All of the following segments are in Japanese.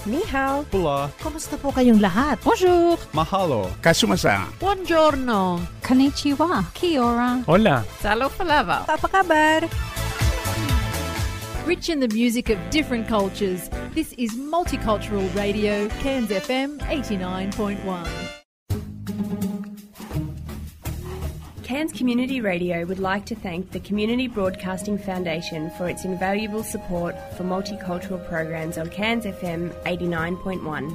Ni hao. Hola. Kumusta po kayong lahat? Bonjour. Mahalo. Kasumasa. Buongiorno. Konnichiwa. Kia ora. Hola. Salo palava. Apa kabar? Rich in the music of different cultures, this is Multicultural Radio, Cairns FM 89.1. Cairns Community Radio would like to thank the Community Broadcasting Foundation for its invaluable support for multicultural programs on Cairns FM 89.1.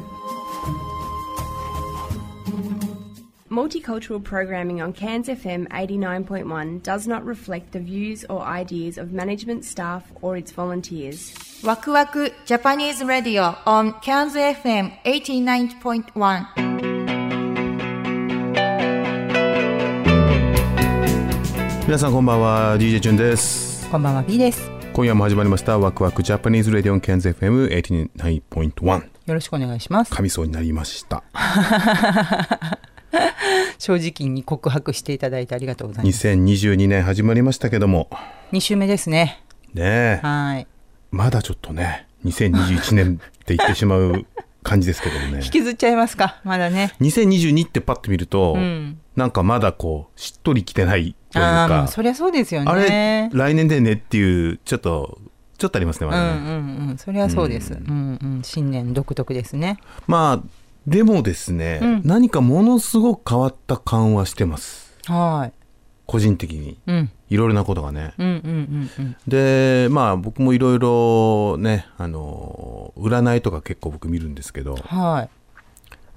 Multicultural programming on Cairns FM 89.1 does not reflect the views or ideas of management staff or its volunteers. Waku Waku Japanese Radio on Cairns FM 89.1. 皆さんこんばんは、 DJ チュンです。 こんばんは、B です。 今夜も始まりましたワクワクジャパニーズラディオンキャンズ FM 89.1。 よろしくお願いします。 噛みそうになりました正直に告白していただいてありがとうございます。 2022年始まりましたけども 2週目ですね。 ねえ、 はい、 まだちょっとね2021年って言ってしまう感じですけどもね引きずっちゃいますか、まだね。 2022ってパッと見ると、なんかまだこうしっとりきてないというか、 そりゃそうですよね。 あれ来年でねっていうちょっとありますね、まだね。そりゃそうです、新年独特ですね。 まあでもですね、何かものすごく変わった感はしてます。 はい。 個人的に、いろいろなことがね。でまあ僕もいろいろね占いとか結構僕見るんですけど、 はい。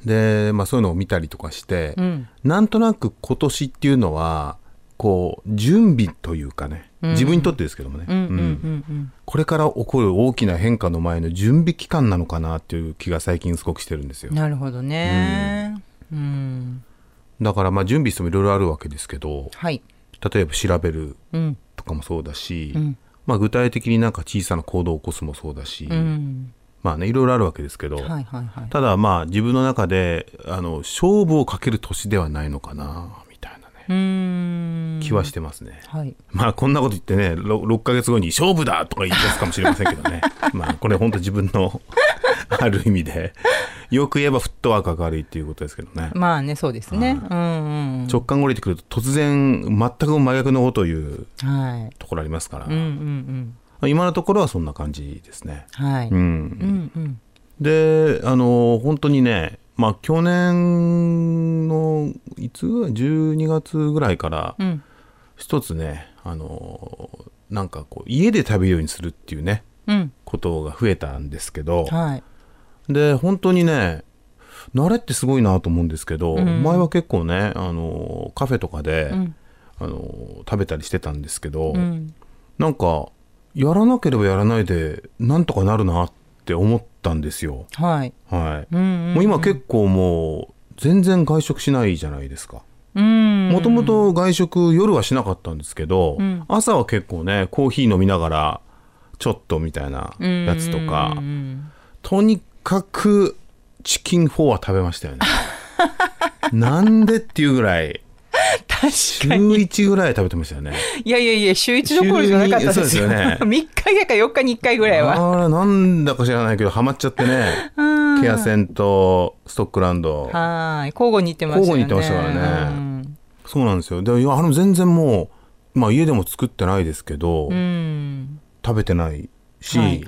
でまあそういうのを見たりとかして、なんとなく今年っていうのはこう準備というかね、自分にとってですけどもね、これから起こる大きな変化の前の準備期間なのかなっていう気が最近すごくしてるんですよ。 なるほどね。 だからまあ準備してもいろいろあるわけですけど、 はい、 例えば調べるとかもそうだし、まあ、具体的になんか小さな行動を起こすもそうだし、まあねいろいろあるわけですけど、ただまあ自分の中で勝負をかける年ではないのかなみたいなね気はしてますね。 はい、 まあこんなこと言ってね 6ヶ月後に勝負だとか言い出すかもしれませんけどねまあこれ本当自分のある意味でよく言えばフットワークが悪いっていうことですけどね。 まあね、そうですね。 直感が降りてくると突然全く真逆のことを言うところありますから、今のところはそんな感じですね。 はい。 で本当にね、まあ去年のいつ12月ぐらいから、一つねなんかこう家で食べるようにするっていうね、ことが増えたんですけど、で本当にね慣れってすごいなと思うんですけど、前は結構ねカフェとかで、食べたりしてたんですけど、なんかやらなければやらないでなんとかなるなって思ったんですよ。 はい、 もう今結構もう全然外食しないじゃないですか。もともと外食夜はしなかったんですけど、朝は結構ねコーヒー飲みながらちょっとみたいなやつとか、とにかくチキンフォーは食べましたよねなんでっていうぐらい確かに週1ぐらい食べてましたよね。 いや週1どころじゃなかったですよ。 そうですよね 3日か4日に1回ぐらいは。 なんだか知らないけどハマっちゃってねケアセンとストックランド交互に行ってましたよね。 交互に行ってましたからね。そうなんですよ。で全然もう、まあ、家でも作ってないですけど、食べてないし、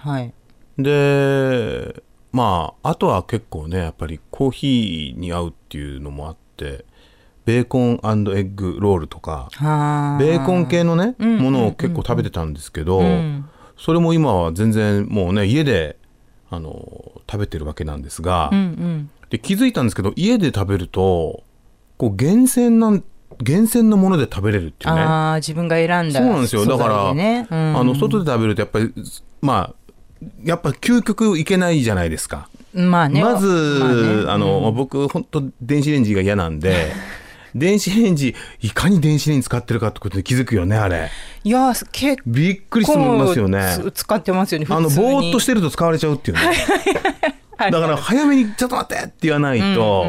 でまああとは結構ねやっぱりコーヒーに合うっていうのもあってベーコン&エッグロールとかベーコン系のね、ものを結構食べてたんですけど、それも今は全然もうね家で食べてるわけなんですが、で気づいたんですけど家で食べるとこう厳選のもので食べれるっていうね。 自分が選んだ。 そうなんですよ。だから、外で食べるとやっぱりまあやっぱ究極いけないじゃないですか。まず、僕本当電子レンジが嫌なんで電子レンジいかに電子レンジ使ってるかってことに気づくよね。あれいや結構びっくりしますよね。 使ってますよね。普通にぼーっとしてると使われちゃうっていうねだから早めにちょっと待ってって言わないと、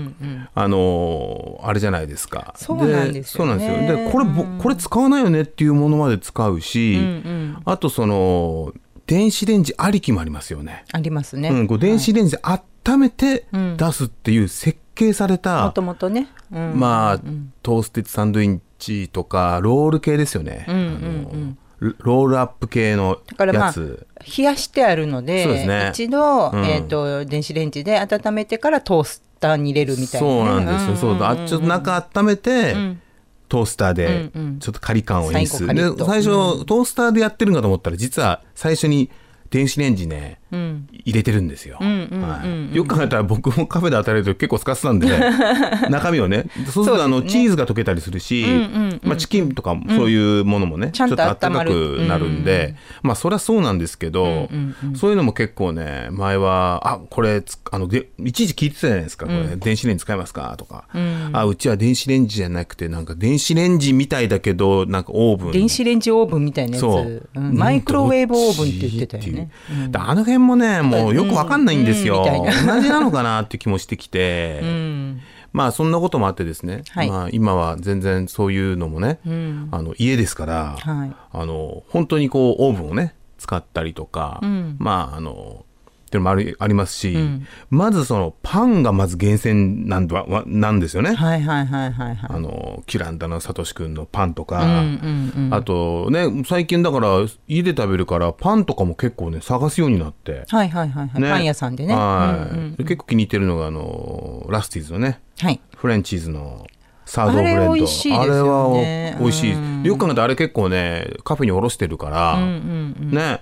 あれじゃないですか。 そうなんですよね。 そうなんですよ。でこれ使わないよねっていうものまで使うし、あと電子レンジありきもありますよね。 ありますね。 こう電子レンジで温めて出すっていう設計された、 もともとね、 まあトースティッドサンドイッチとかロール系ですよね。ロールアップ系のやつ。だからまあ冷やしてあるので、 そうですね、 一度、電子レンジで温めてからトースターに入れるみたいな、ね、 そうなんですよ。そうだ、ちょっと中温めて、トースターでちょっとカリ感を演出、で最初、トースターでやってるのかと思ったら実は最初に電子レンジね、入れてるんですよ。よく考えたら僕もカフェで働いてると結構使ってたんで中身をね、そうするとチーズが溶けたりするし、チキンとかそういうものもね、ちょっと温かくなるんで、まあそりゃそうなんですけど、そういうのも結構ね、前はこれいちいち聞いてたじゃないですか、これ電子レンジ使いますかとか、うちは電子レンジじゃなくてなんか電子レンジみたいだけどなんかオーブン、 電子レンジオーブンみたいなやつ、マイクロウェーブオーブンって言ってたよね。 あの辺もね、もうよくわかんないんですよ。同じなのかなっていう気もしてきて、まあそんなこともあってですね、まあ、今は全然そういうのもね、家ですから、本当にこうオーブンをね使ったりとか、まあっていうのもありますし、まずそのパンがまず厳選なんですよね。キュランダのサトシ君のパンとか、あとね、最近だから家で食べるからパンとかも結構ね探すようになって、 パン屋さんでね、 結構気に入ってるのがラスティーズのね、フレンチーズのサードブレッド、 あれ美味しいですよね。 あれは美味しい。よく考えたらあれ結構ねカフェに卸してるからね、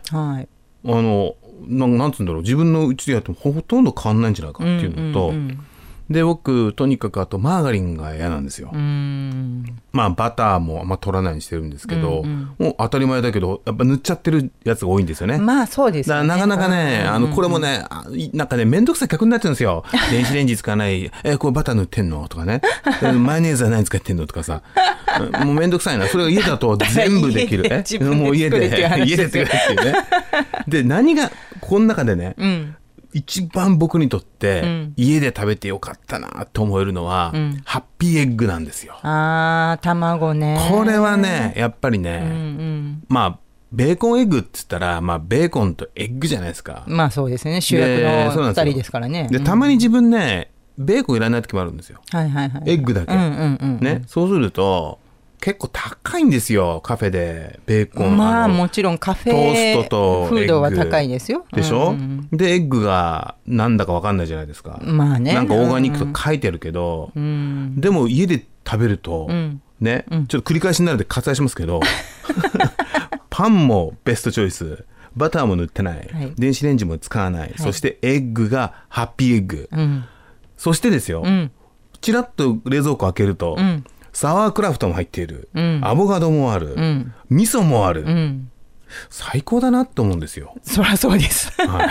なんつうんだろう、自分のうちでやってもほとんど変わんないんじゃないかっていうのと、で僕とにかくあとマーガリンが嫌なんですよ。まあバターもあんま取らないようにしてるんですけど、もう当たり前だけどやっぱ塗っちゃってるやつが多いんですよね。 まあそうですよね。 だからなかなかね、これもね、なんかねめんどくさい客になっちゃうんですよ。電子レンジ使わない、これバター塗ってんのとかね、マヨネーズは何使ってんのとかさ、もうめんどくさいな。それが家だと全部できる。もう家で作れっていうね。で何がこの中でね、一番僕にとって家で食べてよかったなと思えるのは、ハッピーエッグなんですよ。 卵ね。これはねやっぱりね、まあベーコンエッグって言ったら、まあベーコンとエッグじゃないですか。 まあそうですね、主役の2人ですからね。 でたまに自分ねベーコンいらない時もあるんですよ。エッグだけね。そうすると結構高いんですよ、カフェでベーコン。 まあもちろんカフェトーストとフードは高いですよ。 でしょ、でエッグがなんだか分かんないじゃないですか。まあね、なんかオーガニックと書いてあるけど、でも家で食べると、ね、ちょっと繰り返しになるんで割愛しますけどパンもベストチョイス、バターも塗ってない、電子レンジも使わない、そしてエッグがハッピーエッグ、そしてですよ、チラッと冷蔵庫開けると、サワークラフトも入っている、アボカドもある、味噌もある、最高だなと思うんですよ。 そりゃそうです、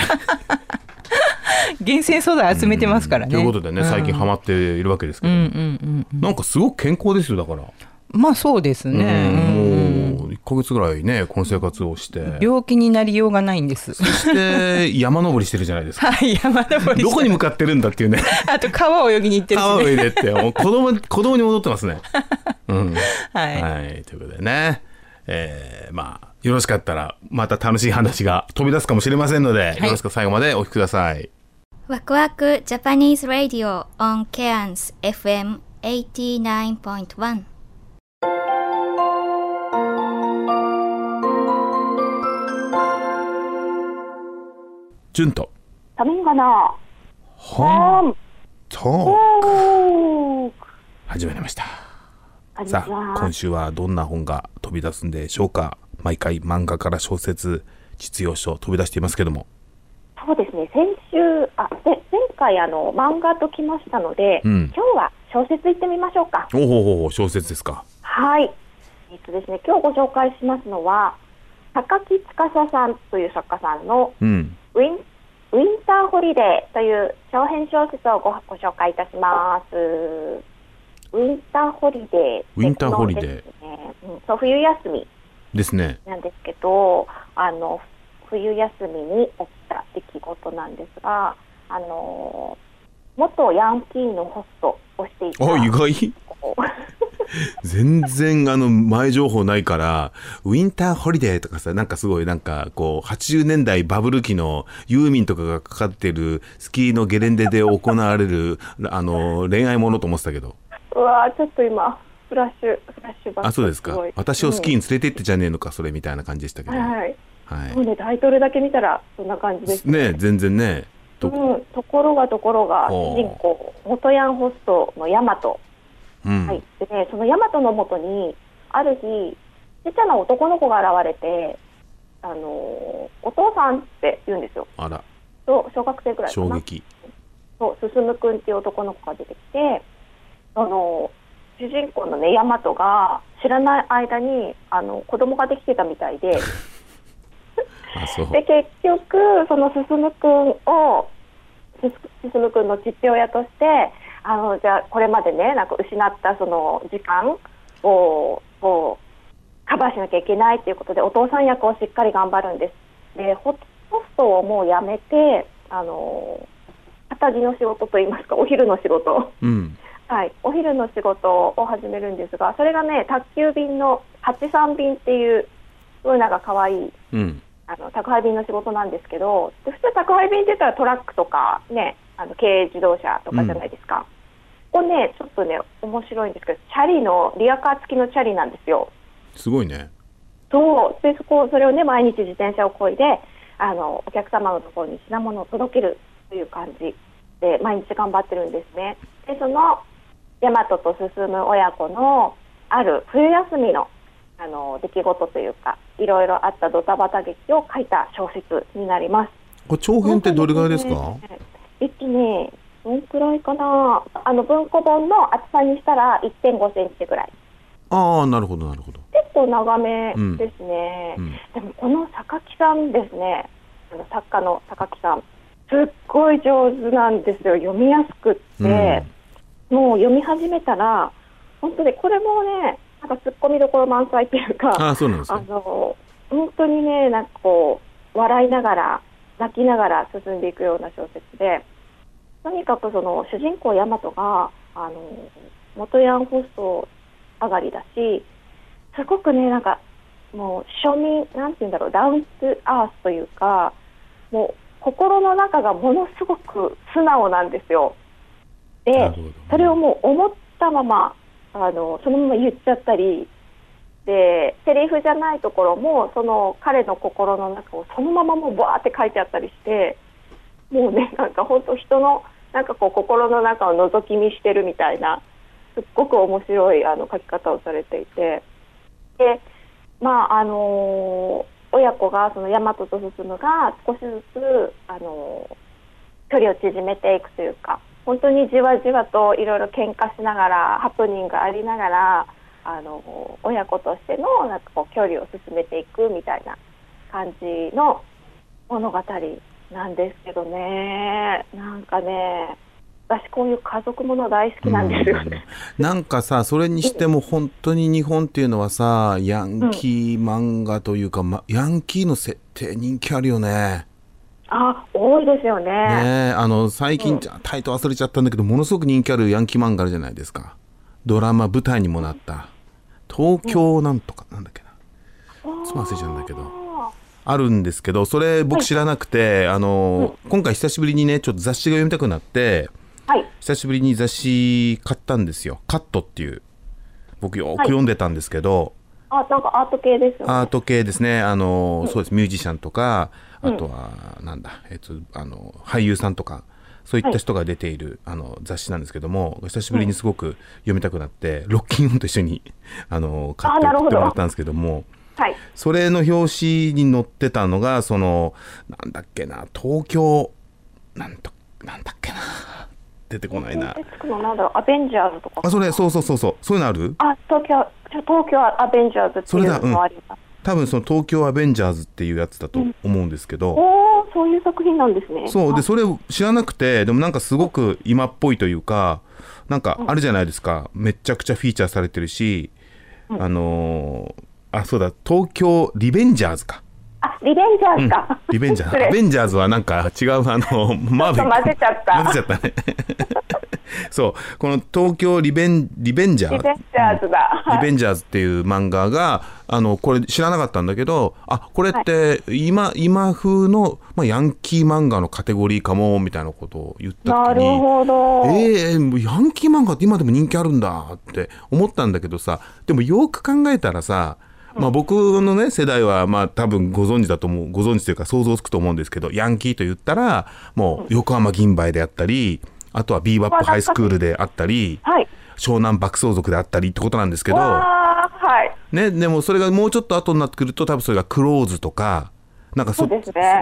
厳選素材集めてますからね。 ということでね、最近ハマっているわけですけど、なんかすごく健康ですよ。だからまあそうですね、 もう1ヶ月ぐらいねこの生活をして病気になりようがないんです。 そして山登りしてるじゃないですか。 山登りどこに向かってるんだっていうね。 あと川を泳ぎに行ってるし、ね、 川を泳いでってもう子供に戻ってますね。はい、ということでね、まあよろしかったらまた楽しい話が飛び出すかもしれませんので、よろしく最後までお聞きください。 ワクワクジャパニーズラディオ on Cairns FM 89.1。 ジュンとタミンガナ本トーク始まりました。さあ今週はどんな本が飛び出すんでしょうか。毎回漫画から小説、実用書飛び出していますけども。 そうですね、前回漫画ときましたので、今日は小説いってみましょうか。 小説ですか。 はい、ですね、今日ご紹介しますのは高木司さんという作家さんの、ウィンターホリデーという長編小説をご紹介いたします。ウィンターホリデー、 ウィンターホリデー、 そう冬休みですね。 なんですけど、冬休みに起きた出来事なんですが、元ヤンキーのホストをしていた意外全然前情報ないから、ウィンターホリデーとかさ、なんかすごいなんかこう80年代バブル期のユーミンとかがかかってるスキーのゲレンデで行われる恋愛ものと思ってたけど。 うわー、ちょっと今フラッシュバック。 あ、そうですか。私をスキーに連れてってじゃねえのか、それみたいな感じでしたけど。 はい、 はい。 もうね、タイトルだけ見たらそんな感じですね。 全然ね。 ところが主人公元ヤンホストのヤマト、はい、でね、そのヤマトのもとにある日ちっちゃな男の子が現れて、お父さんって言うんですよ。 あら。 小学生くらいかな。 衝撃。 そう、進くんっていう男の子が出てきて、主人公のねヤマトが知らない間に子供ができてたみたいであ、そう。 で結局その進くんの父親としてじゃあこれまでねなんか失ったその時間をカバーしなきゃいけないということでお父さん役をしっかり頑張るんです。でホストをもうやめて片地の仕事といいますかお昼の仕事、はい、お昼の仕事を始めるんですが、それがね宅急便の83便っていう風なが可愛い、宅配便の仕事なんですけど、で普通宅配便って言ったらトラックとかね軽自動車とかじゃないですか。ここねちょっとね面白いんですけど、チャリのリアカー付きのチャリなんですよ。 すごいね。 そうでそれをね毎日自転車を漕いでお客様のところに品物を届けるという感じで毎日頑張ってるんですね。でそのヤマトと進む親子のある冬休みの出来事というかいろいろあったドタバタ劇を書いた小説になります。 これ長編ってどれぐらいですか？ どんくらいかな。文庫本の厚さにしたら 1.5 センチぐらい。 ああ、なるほどなるほど。 結構長めですね。でもこの榊さんですね、作家の榊さんすっごい上手なんですよ。読みやすくって、もう読み始めたら本当にこれもねなんかツッコミどころ満載っていうか、 あ、そうなんですね。 本当にねなんかこう笑いながら泣きながら進んでいくような小説で、とにかくその主人公ヤマトが元ヤンホスト上がりだし、すごくねなんかもう庶民なんて言うんだろう、ダウントゥアースというか、もう心の中がものすごく素直なんですよ。でそれをもう思ったままそのまま言っちゃったりで、セリフじゃないところもその彼の心の中をそのままもうバーって書いてあったりして、もうねなんか本当人のなんかこう心の中を覗き見してるみたいなすっごく面白い書き方をされていて、でまあ親子がそのヤマトと進が少しずつ距離を縮めていくというか、本当にじわじわといろいろ喧嘩しながらハプニングがありながら親子としてのなんかこう距離を進めていくみたいな感じの物語なんですけどね、なんかね私こういう家族もの大好きなんですよね。 なんかさ、それにしても本当に日本っていうのはさ、ヤンキー漫画というか、ヤンキーの設定人気あるよね。 あ、多いですよね。 ね、最近、タイトル忘れちゃったんだけど、ものすごく人気あるヤンキー漫画あるじゃないですか。ドラマ舞台にもなった東京なんとかなんだっけな、つま忘れちゃうんだけどあるんですけど、それ僕知らなくて、今回久しぶりにねちょっと雑誌が読みたくなって、久しぶりに雑誌買ったんですよ。カットっていう僕よく読んでたんですけど、 なんかアート系ですよね。 アート系ですね。そうです、ミュージシャンとか、あとはなんだ、俳優さんとかそういった人が出ている、雑誌なんですけども、久しぶりにすごく読みたくなって、ロッキンオンと一緒に買って送ってもらったんですけども、それの表紙に載ってたのがなんだっけな、東京なんだっけな、出てこないな。 なんだろう、アベンジャーズとか。 そういうのある？ 東京アベンジャーズっていうのもあります。 多分その東京アベンジャーズっていうやつだと思うんですけど、 そういう作品なんですね。 そうで、それを知らなくて、でもなんかすごく今っぽいというか、なんかあるじゃないですか、めちゃくちゃフィーチャーされてるし、そうだ、東京リベンジャーズか。 リベンジャーズか。 リベンジャーズ。アベンジャーズはなんか違う、マーベル。 混ぜちゃったね。 そうこの東京リベンジャーズっていう漫画がこれ知らなかったんだけど、これって今風の、ヤンキー漫画のカテゴリーかもみたいなことを言った時に、 なるほど。 ヤンキー漫画って今でも人気あるんだって思ったんだけどさ、でもよく考えたらさ、僕のね世代は多分ご存知というか想像つくと思うんですけど、ヤンキーと言ったらもう横浜銀蝿であったり、あとはビーバップハイスクールであったり、湘南爆走族であったりってことなんですけど、ね、でもそれがもうちょっと後になってくると多分それがクローズとかなんかそうですね、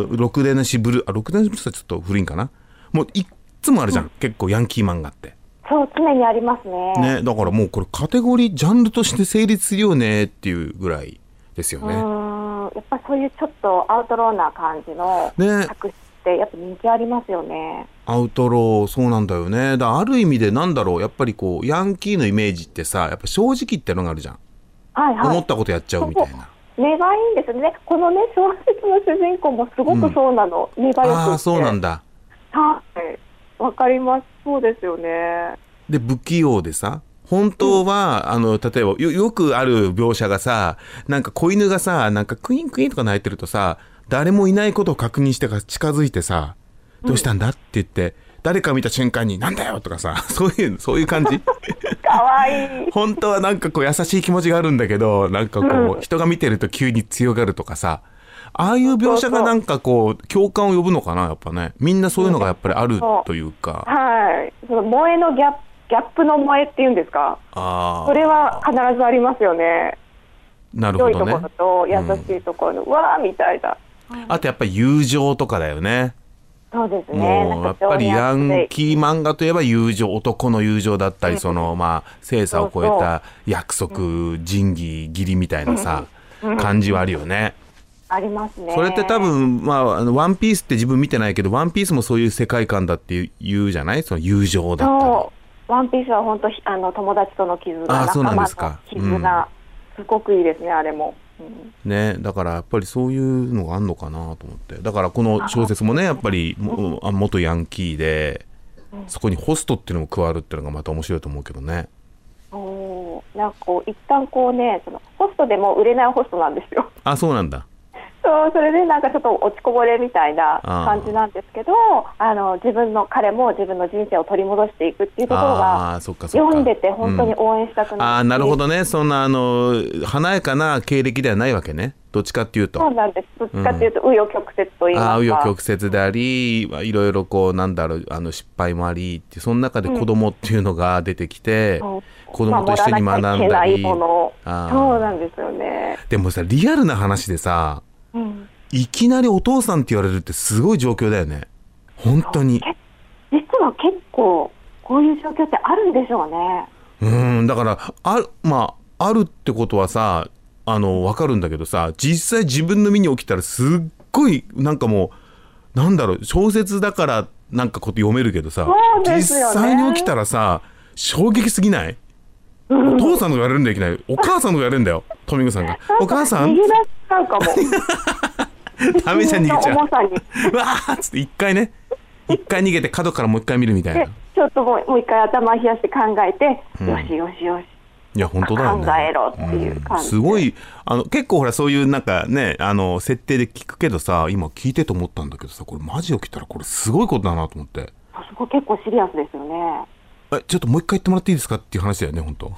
6年しブルースはちょっと古いんかな、もういっつもあるじゃん、結構ヤンキー漫画って。 そう常にありますね。 だからもうこれカテゴリージャンルとして成立するよねっていうぐらいですよね。 やっぱそういうちょっとアウトローな感じの作詞ってやっぱ人気ありますよね。 アウトロー、そうなんだよね。ある意味でやっぱりこうヤンキーのイメージってさ、やっぱ正直ってのがあるじゃん、思ったことやっちゃうみたいな。 根がいいんですね。このね小説の主人公もすごくそうなの、根がよくって。 そうなんだ。 わかります。そうですよね。 で不器用でさ、本当は、例えば よくある描写がさ、なんか子犬がさ、なんかクインクインとか鳴いてるとさ、誰もいないことを確認してから近づいてさ、どうしたんだって言って、誰か見た瞬間になんだよとかさ、そういう感じかわいい。 本当はなんかこう優しい気持ちがあるんだけど、なんかこう、人が見てると急に強がるとかさ、ああいう描写がなんかこう共感を呼ぶのかな、やっぱね。みんなそういうのがやっぱりあるというか、 その萌えのギャップの萌えっていうんですか、それは必ずありますよね。 なるほどね。 良いところと優しいところの、わーみたいな。 あとやっぱり友情とかだよね。 そうですね。 もうやっぱりヤンキー漫画といえば友情、男の友情だったり、その性差を超えた約束、仁義義理みたいなさ、感じはあるよね。 ありますね。 それって多分ワンピースって自分見てないけど、ワンピースもそういう世界観だって言うじゃない、その友情だったり。 ワンピースは本当友達との絆、仲間の絆、すごくいいですね、あれも。 ね、だからやっぱりそういうのがあるのかなと思って。だからこの小説もね、やっぱり元ヤンキーで、そこにホストっていうのも加わるっていうのがまた面白いと思うけどね。 なんかこう一旦こうね、そのホストでも売れないホストなんですよ。 そうなんだ。 それでなんかちょっと落ちこぼれみたいな感じなんですけど、彼も自分の人生を取り戻していくっていうところが読んでて本当に応援したくなる。 なるほどね。そんな華やかな経歴ではないわけね。どっちかっていうと。 そうなんです。どっちかっていうと紆余曲折といいますか。 紆余曲折であり、いろいろこう失敗もありって、その中で子供っていうのが出てきて、子供と一緒に学んだり。 そうなんですよね。 でもさ、リアルな話でさ、いきなりお父さんって言われるってすごい状況だよね。本当に。 実は結構こういう状況ってあるんでしょうね。 だからあるってことはさ、分かるんだけどさ、実際自分の身に起きたらすっごいなんかもう小説だからなんかこと読めるけどさ、実際に起きたらさ衝撃すぎない？お父さんの言われるんだよ、いきなりお母さんの言われるんだよ、トミングさんが。お母さん逃げ出しちゃうかも。 ダメじゃん、逃げちゃう。 重さにわーっつって一回逃げて角からもう一回見るみたいな。 ちょっともう一回頭冷やして考えて、よしよしよし。 いや本当だよね。 考えろっていう感じ、 すごい結構ほらそういうなんかね設定で聞くけどさ、今聞いてと思ったんだけどさ、これマジ起きたらこれすごいことだなと思って。 そこ結構シリアスですよね。 ちょっともう一回言ってもらっていいですかっていう話だよね、本当。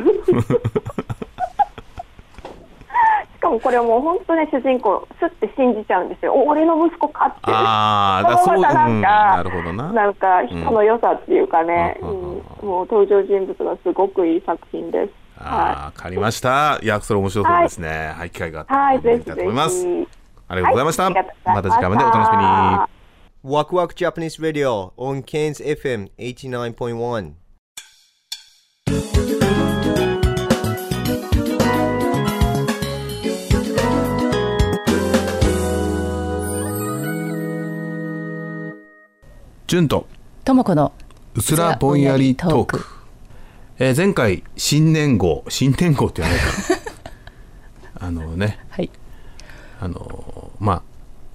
しかもこれもう本当ね、主人公すって信じちゃうんですよ。俺の息子かって。そうなるほどな。なんか人の良さっていうかね、もう登場人物がすごくいい作品です。 わかりました。いや、それ面白そうですね。はい、機会があったら見てみたいと思います。ありがとうございました。また次回までお楽しみに。 Waku Waku Japanese Radio on Cairns FM 89.1. 純とともこのうすらぼんやりトーク。前回新年号って言わないか。ね。 はい。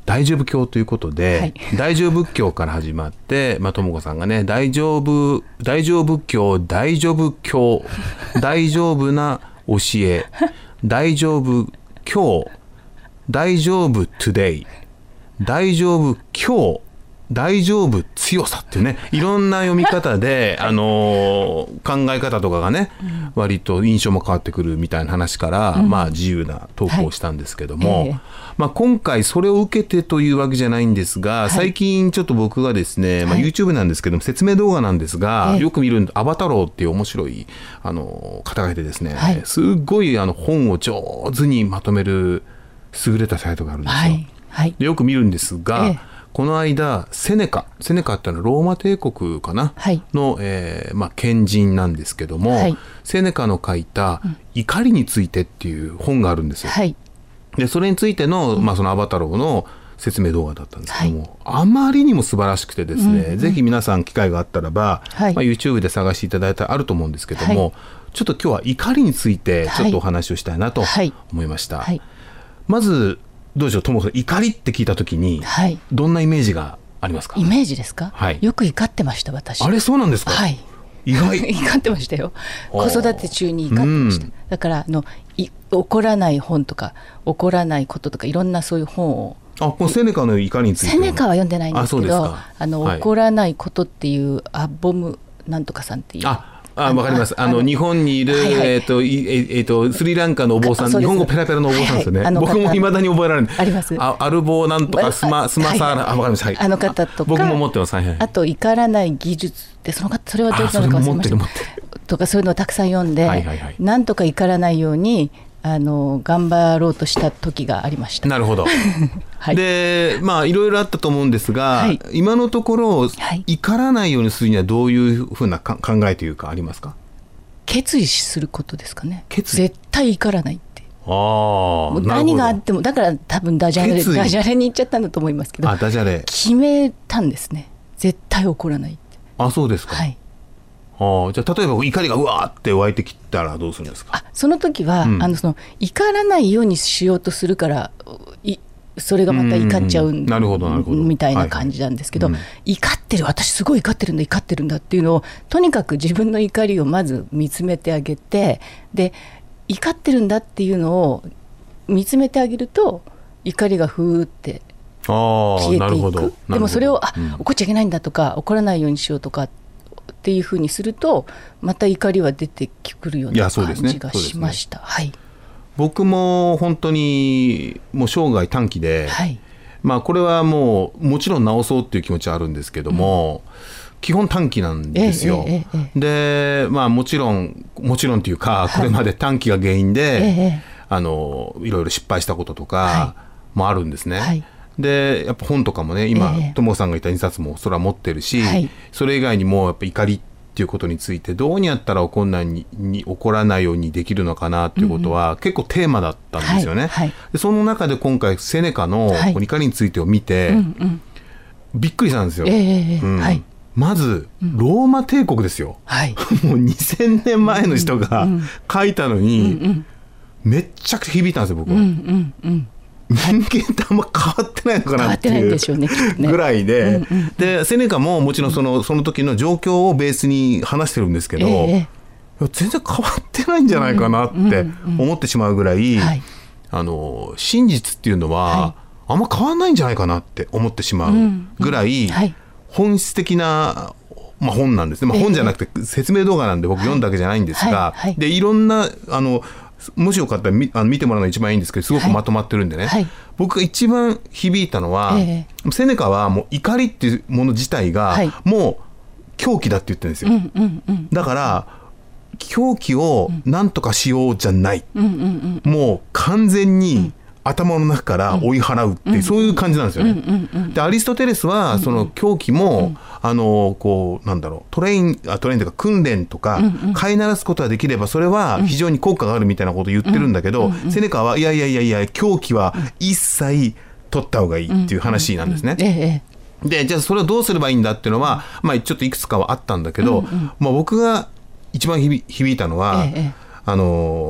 大乗仏教ということで、はい、大乗仏教から始まって、ともこさんがね、大乗仏教、大乗仏教、大丈夫な教え、大丈夫教、大丈夫 today、大丈夫今日、大丈夫強さっていうね、いろんな読み方で、考え方とかがね、割と印象も変わってくるみたいな話から、自由なトークをしたんですけども、今回それを受けてというわけじゃないんですが、最近ちょっと僕がですね、YouTube なんですけども、説明動画なんですが、よく見るアバタローっていう面白い方がいてですね、すっごい本を上手にまとめる優れたサイトがあるんですよ。でよく見るんですが、この間セネカっていうのはローマ帝国かな、の、賢人なんですけども、セネカの書いた怒りについてっていう本があるんですよ。でそれについての、そのアバタローの説明動画だったんですけども、あまりにも素晴らしくてですね、ぜひ皆さん機会があったらば、YouTube で探していただいたらあると思うんですけども、ちょっと今日は怒りについてちょっとお話をしたいなと思いました。まずどうでしょう、ともこさん、怒りって聞いたときに、どんなイメージがありますか？ イメージですか？よく怒ってました、私。 あれ、そうなんですか？意外。 怒ってましたよ。子育て中に怒ってました。だから怒らない本とか怒らないこととかいろんなそういう本を。 もうセネカの怒りについて。 セネカは読んでないんですけど、怒らないことっていうアボムなんとかさんっていう。 わかります。日本にいる、スリランカのお坊さん、日本語ペラペラのお坊さんですよね。僕も未だに覚えられない。 あります。 アルボーなんとかスマサーラ、わかりました。 あの方とか。 僕も持ってます。 あと怒らない技術ってそれはどういうのか忘れました。とかそういうのをたくさん読んで、なんとか怒らないように頑張ろうとした時がありました。 なるほど。でいろいろあったと思うんですが、今のところ、怒らないようにするにはどういうふうな考えというかありますか？ 決意することですかね。絶対怒らないって。何があっても、だから多分ダジャレに行っちゃったんだと思いますけど、 ダジャレ決めたんですね。絶対怒らないって。 そうですか。じゃあ例えば怒りがうわーって湧いてきたらどうするんですか？ その時は、怒らないようにしようとするからそれがまた怒っちゃうみたいな感じなんですけど、怒ってる、私すごい怒ってるんだっていうのをとにかく自分の怒りをまず見つめてあげて、で怒ってるんだっていうのを見つめてあげると怒りがふーって消えていく。でもそれを怒っちゃいけないんだとか怒らないようにしようとかっていうふうにするとまた怒りは出てくるような感じがしました。 僕も本当にもう生涯短期で、これはもちろん直そうっていう気持ちはあるんですけども、基本短期なんですよ。でもちろんっていうか、これまで短期が原因で、いろいろ失敗したこととかもあるんですね。でやっぱ本とかもね、今ともさんが言った2冊もそれは持ってるし、それ以外にもやっぱ怒りっていうことについてどうにやったら怒らないようにできるのかなっていうことは結構テーマだったんですよね。でその中で今回セネカの怒りについてを見て、びっくりしたんですよ。まずローマ帝国ですよ。もう2000年前の人が書いたのにめっちゃくちゃ響いたんですよ、僕は。人間ってあんま変わってないのかなっていうぐらいで、でセネカももちろんその時の状況をベースに話してるんですけど、全然変わってないんじゃないかなって思ってしまうぐらい、真実っていうのはあんま変わんないんじゃないかなって思ってしまうぐらい本質的な本なんですね。本じゃなくて説明動画なんで僕読んだわけじゃないんですが、でいろんなもしよかったら見てもらうのが一番いいんですけど、すごくまとまってるんでね、僕が一番響いたのは、セネカはもう怒りっていうもの自体がもう狂気だって言ってるんですよ。だから狂気を何とかしようじゃない、もう完全に頭の中から追い払うっていう、そういう感じなんですよね。でアリストテレスはその狂気も、こうなんだろう、トレインというか訓練とか飼いならすことができればそれは非常に効果があるみたいなことを言ってるんだけど、セネカはいや狂気は一切取った方がいいっていう話なんですね。でじゃあそれをどうすればいいんだっていうのは、ちょっといくつかはあったんだけど、僕が一番響いたのは、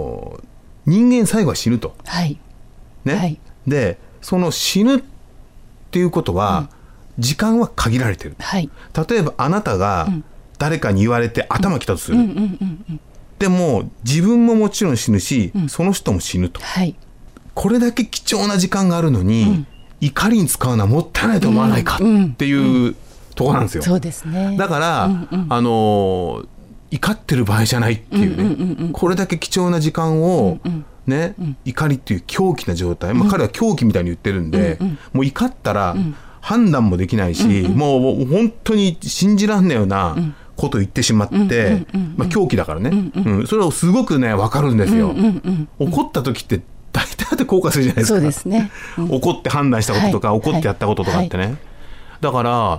人間最後は死ぬと。でその死ぬっっていうことは、時間は限られてる、はい、例えばあなたが誰かに言われて頭きたとする、でも自分ももちろん死ぬし、その人も死ぬと、はい、これだけ貴重な時間があるのに、怒りに使うのはもったいないと思わないかっていうところなんですよ。 そうですね。 だから、怒ってる場合じゃないっていうね、これだけ貴重な時間を、ね、怒りっていう狂気な状態、彼は狂気みたいに言ってるんで、もう怒ったら、判断もできないし、もう本当に信じらんないようなことを言ってしまって、狂気だからね、それをすごくね分かるんですよ。怒った時って大体で後悔するじゃないですか。 そうですね、 怒って判断したこととか、怒ってやったこととかってね、だから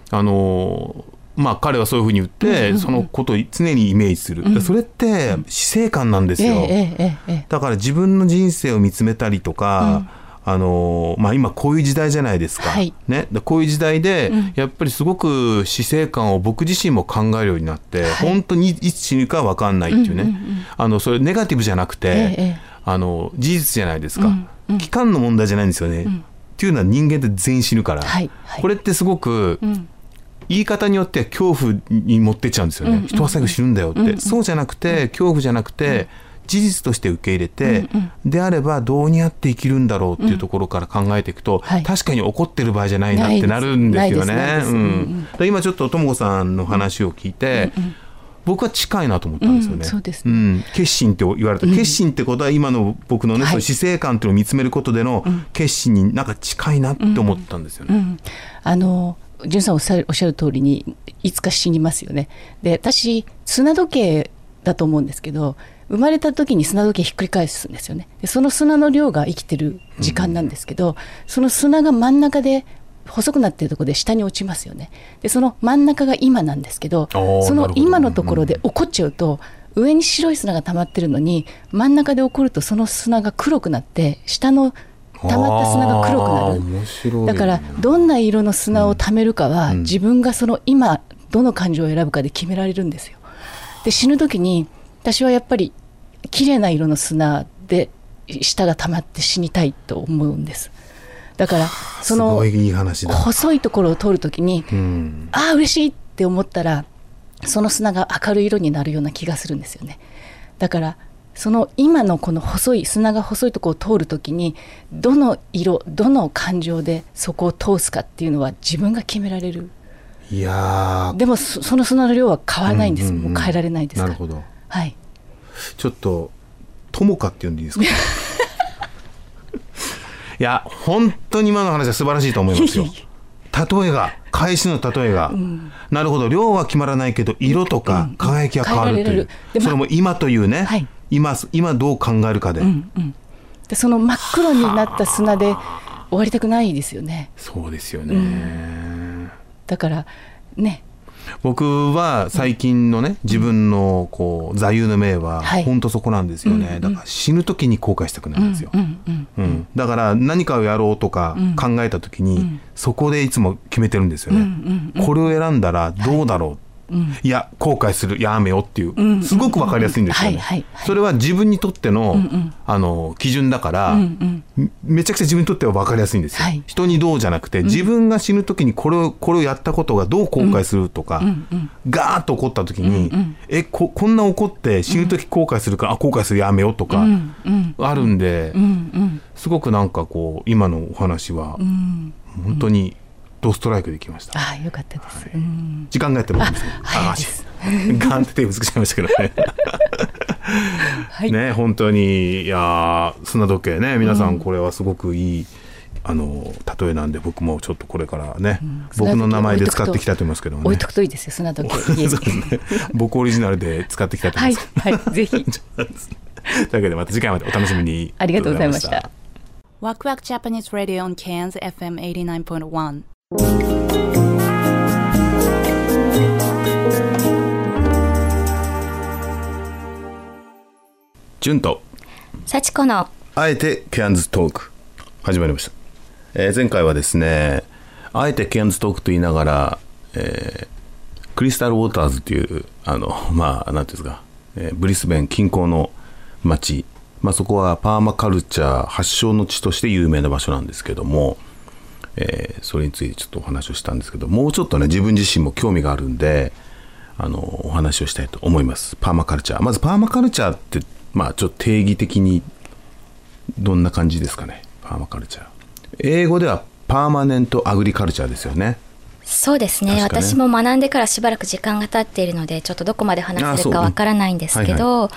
彼はそういうふうに言って、そのことを常にイメージする、それって死生観なんですよ。だから自分の人生を見つめたりとか、今こういう時代じゃないですか、はい、ね、こういう時代で、やっぱりすごく死生観を僕自身も考えるようになって、本当にいつ死ぬか分かんないっていうね、それネガティブじゃなくて、事実じゃないですか、期間の問題じゃないんですよね、っていうのは人間って全員死ぬから、これってすごく、言い方によっては恐怖に持ってっちゃうんですよね、人は最後死ぬんだよって、そうじゃなくて、恐怖じゃなくて、事実として受け入れて、であればどうにやって生きるんだろうっていうところから考えていくと、確かに怒ってる場合じゃないなってなるんですよね。今ちょっとともこさんの話を聞いて、僕は近いなと思ったんですよね。 そうですね。 決心って言われた、決心ってことは今の僕のね、そういう死生観っていうのを見つめることでの決心になんか近いなって思ったんですよね。 純さんおっしゃる通りにいつか死にますよね。で、私砂時計だと思うんですけど、生まれた時に砂時計ひっくり返すんですよね。でその砂の量が生きてる時間なんですけど、その砂が真ん中で細くなっているところで下に落ちますよね。でその真ん中が今なんですけど、その今のところで起こっちゃうと、上に白い砂が溜まってるのに、真ん中で起こるとその砂が黒くなって下の溜まった砂が黒くなる。 面白い。 だからどんな色の砂を溜めるかは、自分がその今どの感情を選ぶかで決められるんですよ。で死ぬ時に私はやっぱり綺麗な色の砂で舌が溜まって死にたいと思うんです。だからその細いところを通るときに、ああ嬉しいって思ったら、その砂が明るい色になるような気がするんですよね。だからその今のこの砂が細いところを通るときに、どの色どの感情でそこを通すかっていうのは自分が決められる。 いやでもその砂の量は変わらないんです、もう変えられないですから。 なるほど、 はい、 ちょっと友果って呼んでいいですかいや本当に今の話は素晴らしいと思いますよ。例えが返しの例えが、なるほど、量は決まらないけど色とか輝きが変わるという、それも今というね、今どう考えるかで、 でその真っ黒になった砂で終わりたくないですよね。 そうですよね、 だからね、 僕は最近のね、自分のこう座右の銘は本当そこなんですよね、だから死ぬ時に後悔したくないんですよ、だから何かをやろうとか考えた時に、そこでいつも決めてるんですよね、これを選んだらどうだろう、いや後悔する、やめようっていう、すごく分かりやすいんですよね。それは自分にとっての、基準だから、めちゃくちゃ自分にとっては分かりやすいんですよ、人にどうじゃなくて、自分が死ぬ時にこれをやったことがどう後悔するとか、ガーッと怒った時に、こんな怒って死ぬ時後悔するから、後悔する、やめようとか、あるんで、すごくなんかこう今のお話は本当にドストライクできました。 よかったです、 時間がやってるんですけど、ガンって手をぶつけちゃいましたけどねね、本当に、いや砂時計ね、皆さんこれはすごくいい例えなんで、僕もちょっとこれからね、僕の名前で使っていきたいと思いますけどね。 置いとくといいですよ、砂時計そうですね、僕オリジナルで使っていきたいと思います、 ぜひというわけでまた次回までお楽しみに。 ありがとうございました。 ワクワクジャパニーズラディオ on Cairns FM 89.1。 純と幸子のあえてケアンズトーク始まりました。前回はですね、あえてケアンズトークと言いながら、クリスタルウォーターズというなんていうんですか、ブリスベン近郊の町、そこはパーマカルチャー発祥の地として有名な場所なんですけども、 それについてちょっとお話をしたんですけど、もうちょっとね自分自身も興味があるんでお話をしたいと思います。パーマカルチャー、まずパーマカルチャーってちょっと定義的にどんな感じですかね。パーマカルチャー、英語ではパーマネントアグリカルチャーですよね。 そうですね。私も学んでからしばらく時間が経っているのでちょっとどこまで話せるかわからないんですけど、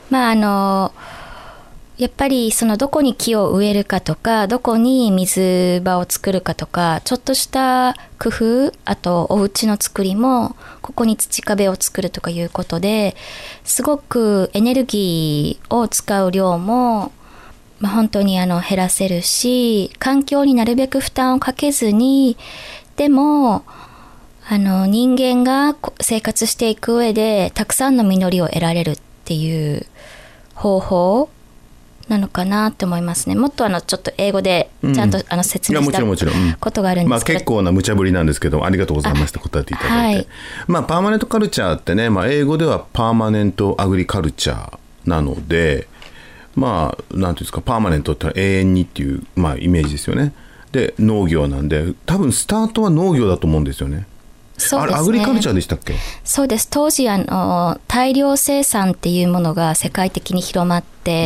やっぱりそのどこに木を植えるかとかどこに水場を作るかとかちょっとした工夫、あとお家の作りもここに土壁を作るとかいうことですごくエネルギーを使う量も、本当に減らせるし、環境になるべく負担をかけずに、でも人間が生活していく上でたくさんの実りを得られるっていう方法なのかなと思いますね。もっとちょっと英語でちゃんと説明したことがあるんですけど、 結構な無茶ぶりなんですけど、ありがとうございました。答えていただいて、パーマネントカルチャーってね、英語ではパーマネントアグリカルチャーなので、なんていうんですか、パーマネントって永遠にっていう、イメージですよね。で農業なんで、多分スタートは農業だと思うんですよね。 そうですね。 アグリカルチャーでしたっけ？ そうです。当時大量生産っていうものが世界的に広まって、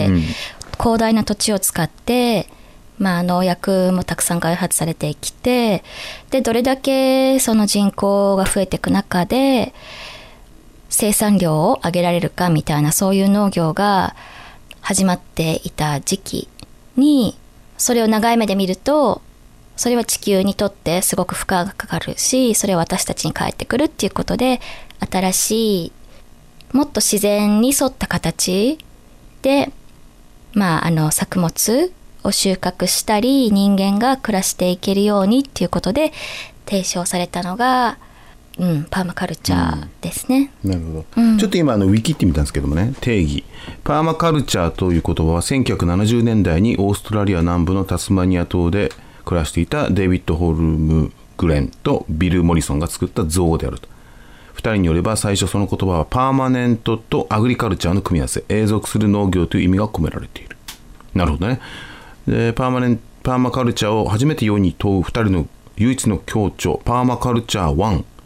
広大な土地を使って農薬もたくさん開発されてきて、でどれだけその人口が増えていく中で生産量を上げられるかみたいな、そういう農業が始まっていた時期に、それを長い目で見るとそれは地球にとってすごく負荷がかかるし、それは私たちに返ってくるっていうことで、新しいもっと自然に沿った形で作物を収穫したり人間が暮らしていけるようにっていうことで提唱されたのが、パーマカルチャーですね。 なるほど、ちょっと今ウィキってみたんですけどもね、定義、パーマカルチャーという言葉は1970年代にオーストラリア南部のタスマニア島で暮らしていたデイビッド・ホルムグレンとビル・モリソンが作った造語であると。2人によれば最初その言葉はパーマネントとアグリカルチャーの組み合わせ、永続する農業という意味が込められている。なるほどね。でパーマカルチャーを初めて世に問う2人の唯一の共著、パーマカルチャー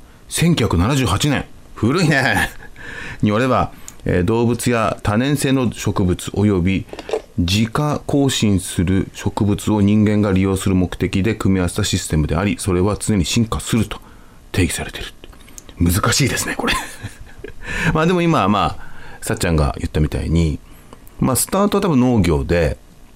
1、1978年、古いねによれば、動物や多年生の植物および自家更新する植物を人間が利用する目的で組み合わせたシステムであり、それは常に進化すると定義されている。難しいですねこれでも今さっちゃんが言ったみたいに、スタートは多分農業で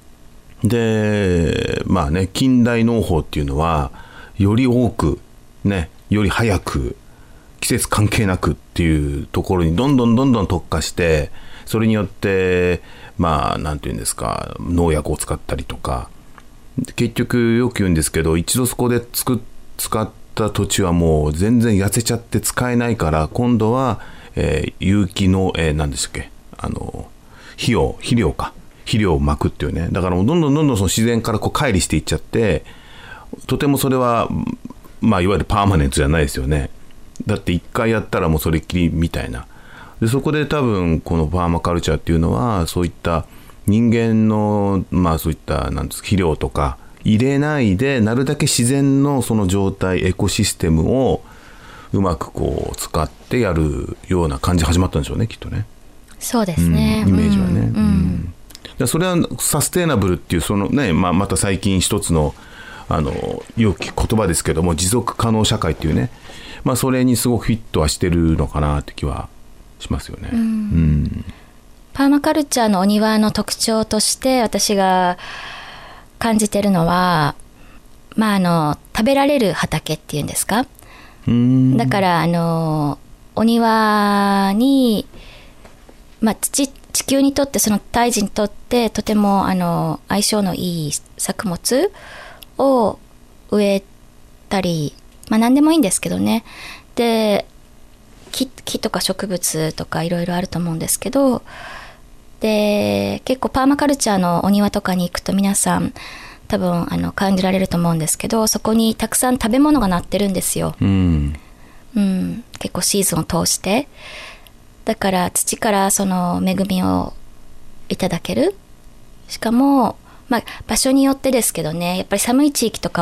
近代農法っていうのはより多くね、より早く季節関係なくっていうところにどんどん特化して、それによってなんていうんですか、農薬を使ったりとか、結局よく言うんですけど、一度そこで使った土地はもう全然痩せちゃって使えないから、今度は、有機の、何でしたっけ、肥料をまくっていうね。だからどんどんその自然から乖離していっちゃって、とてもそれはいわゆるパーマネントじゃないですよね。だって一回やったらもうそれっきりみたいな。でそこで多分このパーマカルチャーっていうのは、そういった人間のそういった肥料とか入れないで、なるだけ自然のその状態、エコシステムをうまく使ってやるような感じ始まったんでしょうね、きっとね。 そうですね、 イメージはね。それはサステイナブルっていうそのね、また最近一つのよく聞く言葉ですけども、持続可能社会っていうね、それにすごくフィットはしてるのかなって気はしますよね。 パーマカルチャーのお庭の特徴として私が感じてるのは、食べられる畑っていうんですか。だからお庭に、地球にとって、その胎児にとってとても相性のいい作物を植えたり、何でもいいんですけどね。で木とか植物とかいろいろあると思うんですけど、で結構パーマカルチャーのお庭とかに行くと皆さん多分感じられると思うんですけど、そこにたくさん食べ物がなってるんですよ。結構シーズンを通して。だから土からその恵みをいただける。しかも場所によってですけどね、やっぱり寒い地域とかは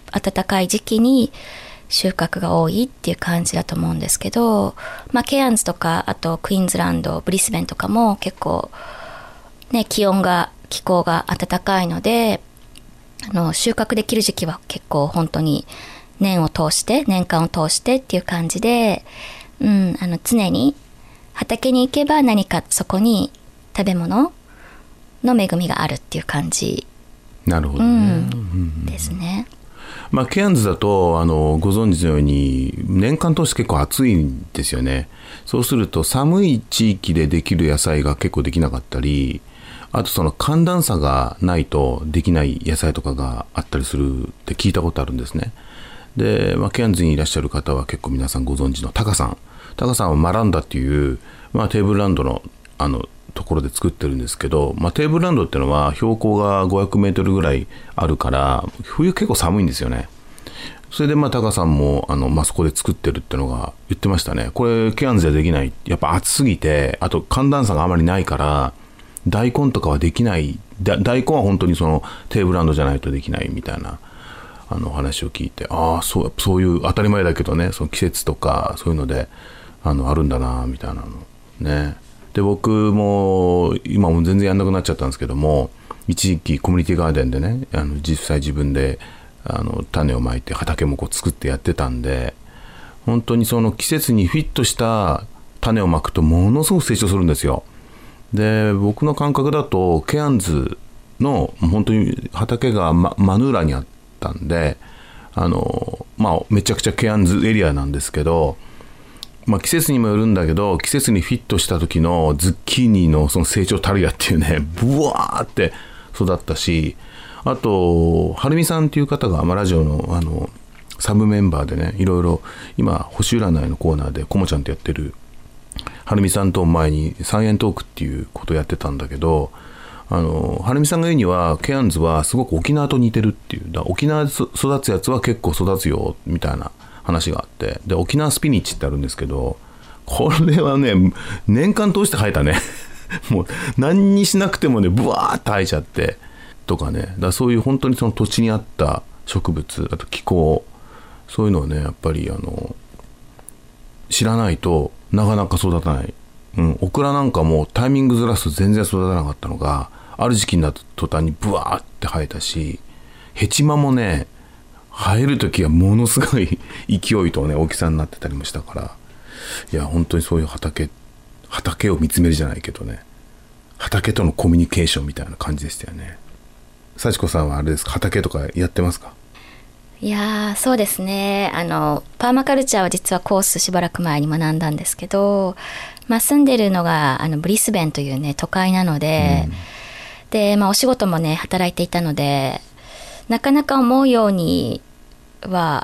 暖かい時期に収穫が多いっていう感じだと思うんですけど、ケアンズとかあとクイーンズランド、ブリスベンとかも結構ね、気候が暖かいので、収穫できる時期は結構本当に年間を通してっていう感じで、常に畑に行けば何かそこに食べ物の恵みがあるっていう感じ。 なるほどね、 ですね。 ケアンズだとご存知のように年間通して結構暑いんですよね。そうすると寒い地域でできる野菜が結構できなかったり、あとその寒暖差がないとできない野菜とかがあったりするって聞いたことあるんですね。で、ケアンズにいらっしゃる方は結構皆さんご存知のタカさんはマランダっていう、テーブルランドのところで作ってるんですけど、テーブルランドっていうのは標高が500メートルぐらいあるから冬結構寒いんですよね。それでタカさんもそこで作ってるっていうのが言ってましたね。これケアンズではできない、やっぱ暑すぎて、あと寒暖差があまりないから大根とかはできない。大根は本当にそのテーブルランドじゃないとできないみたいな話を聞いて、そういう当たり前だけどね、その季節とかそういうのであるんだなみたいなのね。で、僕も今も全然やんなくなっちゃったんですけども、一時期コミュニティガーデンでね、実際自分で種をまいて畑も作ってやってたんで、本当にその季節にフィットした種をまくとものすごく成長するんですよ。で、僕の感覚だとケアンズの本当に畑がマヌーラにあったんで、めちゃくちゃケアンズエリアなんですけど、季節にもよるんだけど、季節にフィットした時のズッキーニのその成長たるやっていうね、ブワーって育ったし、あとはるみさんっていう方がラジオのサブメンバーでね、いろいろ今星占いのコーナーでコモちゃんとやってるはるみさんと前にサイエントークっていうことをやってたんだけど、はるみさんが言うにはケアンズはすごく沖縄と似てるっていう、沖縄で育つやつは結構育つよみたいな話があって、で沖縄スピニッチってあるんですけど、これはね年間通して生えたねもう何にしなくてもねブワーって生えちゃってとかね、そういう本当にその土地に合った植物、あと気候、そういうのをねやっぱり知らないとなかなか育たない。オクラなんかもタイミングずらすと全然育たなかったのが、ある時期になった途端にブワーって生えたし、ヘチマもね生える時はものすごい勢いとね大きさになってたりもしたから、いや本当にそういう畑を見つめるじゃないけどね、畑とのコミュニケーションみたいな感じでしたよね。幸子さんはあれですか、畑とかやってますか？ いやそうですね、パーマカルチャーは実はコースしばらく前に学んだんですけど、住んでるのがブリスベンというね都会なので、で、お仕事もね働いていたので、なかなか思うようには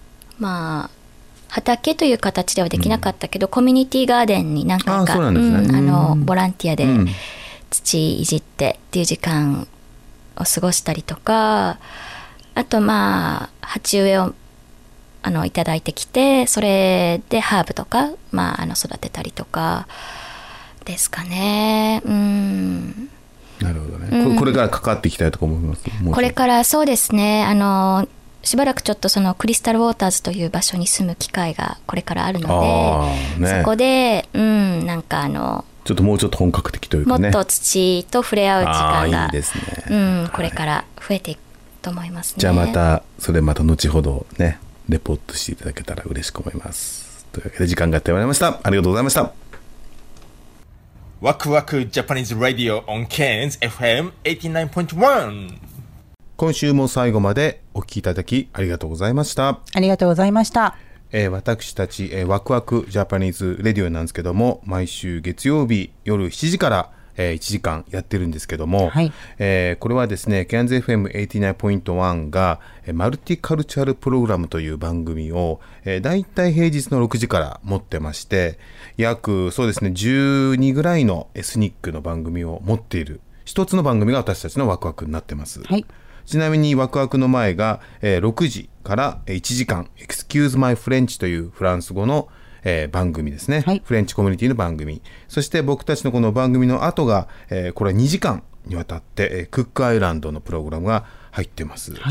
畑という形ではできなかったけど、コミュニティガーデンに何回か、ボランティアで土いじってっていう時間を過ごしたりとか、あと鉢植えをいただいてきて、それでハーブとか、育てたりとかですかね。 なるほどね、これから関わっていきたいとか思います？ これからそうですね、しばらくちょっとそのクリスタルウォーターズという場所に住む機会がこれからあるので、そこでなんかちょっともうちょっと本格的というかね、 もっと土と触れ合う時間がいいですね、 これから増えていくと思いますね。 じゃあまた後ほどねレポートしていただけたら嬉しく思います。というわけで時間がやってまいりました。ありがとうございました。 ワクワクジャパニーズラディオ on Cairns FM 89.1。 今週も最後までお聞きいただきありがとうございました。 ありがとうございました。 私たち、ワクワクジャパニーズレディオなんですけども、毎週月曜日夜7時から1時間やってるんですけども、これはですねケアンズ FM89.1 がマルティカルチャルプログラムという番組をだいたい平日の6時から持ってまして、約そうですね12ぐらいのエスニックの番組を持っている一つの番組が私たちのワクワクになってます。ちなみにワクワクの前が6時から1時間 Excuse My French というフランス語の番組ですね、フレンチコミュニティの番組、そして僕たちのこの番組の後が、これは2時間にわたって、クックアイランドのプログラムが入ってます。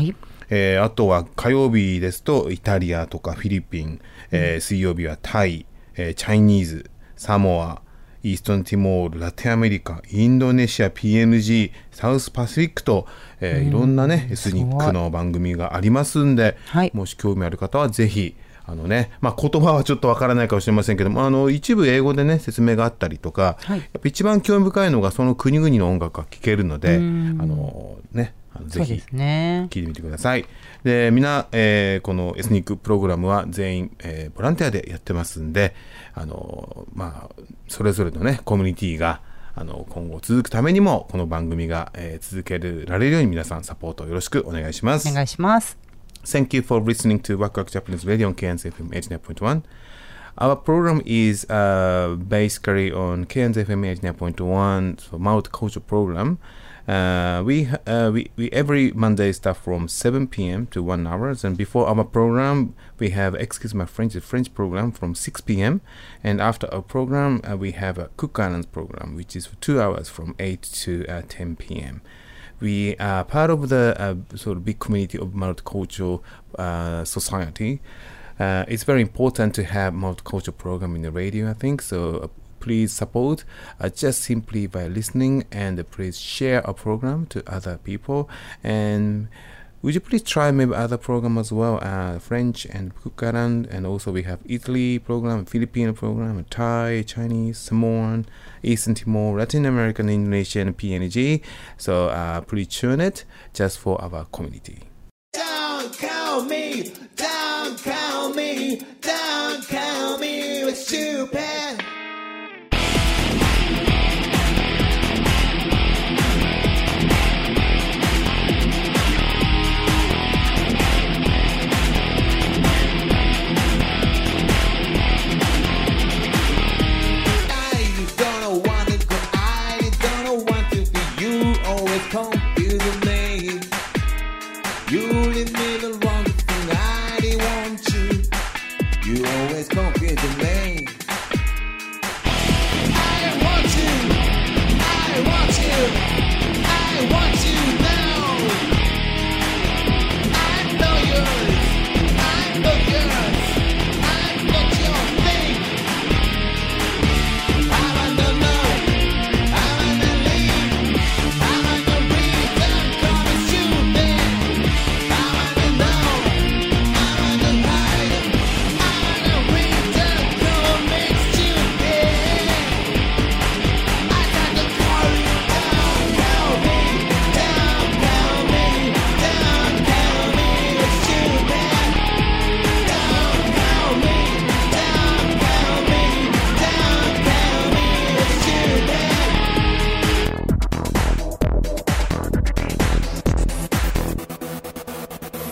あとは火曜日ですとイタリアとかフィリピン、水曜日はタイ、チャイニーズ、サモア、イーストンティモール、ラテンアメリカ、インドネシア、PNG、サウスパシフィックと、いろんなねエスニックの番組がありますんで、もし興味ある方はぜひ言葉はちょっとわからないかもしれませんけども、一部英語でね説明があったりとか、やっぱ一番興味深いのがその国々の音楽が聴けるので、ぜひ聞いてみてください。でみんな、このエスニックプログラムは全員、ボランティアでやってますんで、それぞれのねコミュニティが今後続くためにもこの番組が、続けられるように皆さんサポートよろしくお願いします。 お願いします。 Thank you for listening to Waku Waku Japanese Radio on KNZ FM 89.1. Our program is basically on KNZ FM 89.1, so multicultural program. We every Monday start from 7 p.m. to 1 hour, and before our program we have Excuse My French, the French program from 6 p.m. and after our program we have a Cook Islands program which is for 2 hours from 8 to 10 p.m. We are part of the sort of big community of multicultural society. It's very important to have multicultural program in the radio, I think, so please support just simply by listening, and please share our program to other people, and would you please try maybe other program as well, French and Cook Island, and also we have Italy program, Filipino program, Thai, Chinese, Samoan, Eastern Timor, Latin American, Indonesian, PNG, so please tune it just for our community. Don't call me, don't call me, don't call me stupid. Confusing me. You leave me the wrong thing. I didn't want you. You always confusing me. I want you. I want you. I want you now. I'm not yours. I'm not yours. I'm not your thing. I wanna know. I wanna leave. I wanna breathe. I'm coming stupid. I wanna know. I wanna hide. I wanna breathe. I'm coming stupid. I got to call you down, call me, down, call me, down, call me stupid. Down, call me, down, call me, down, call me stupid.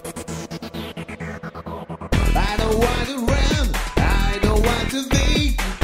I don't want to run, I don't want to be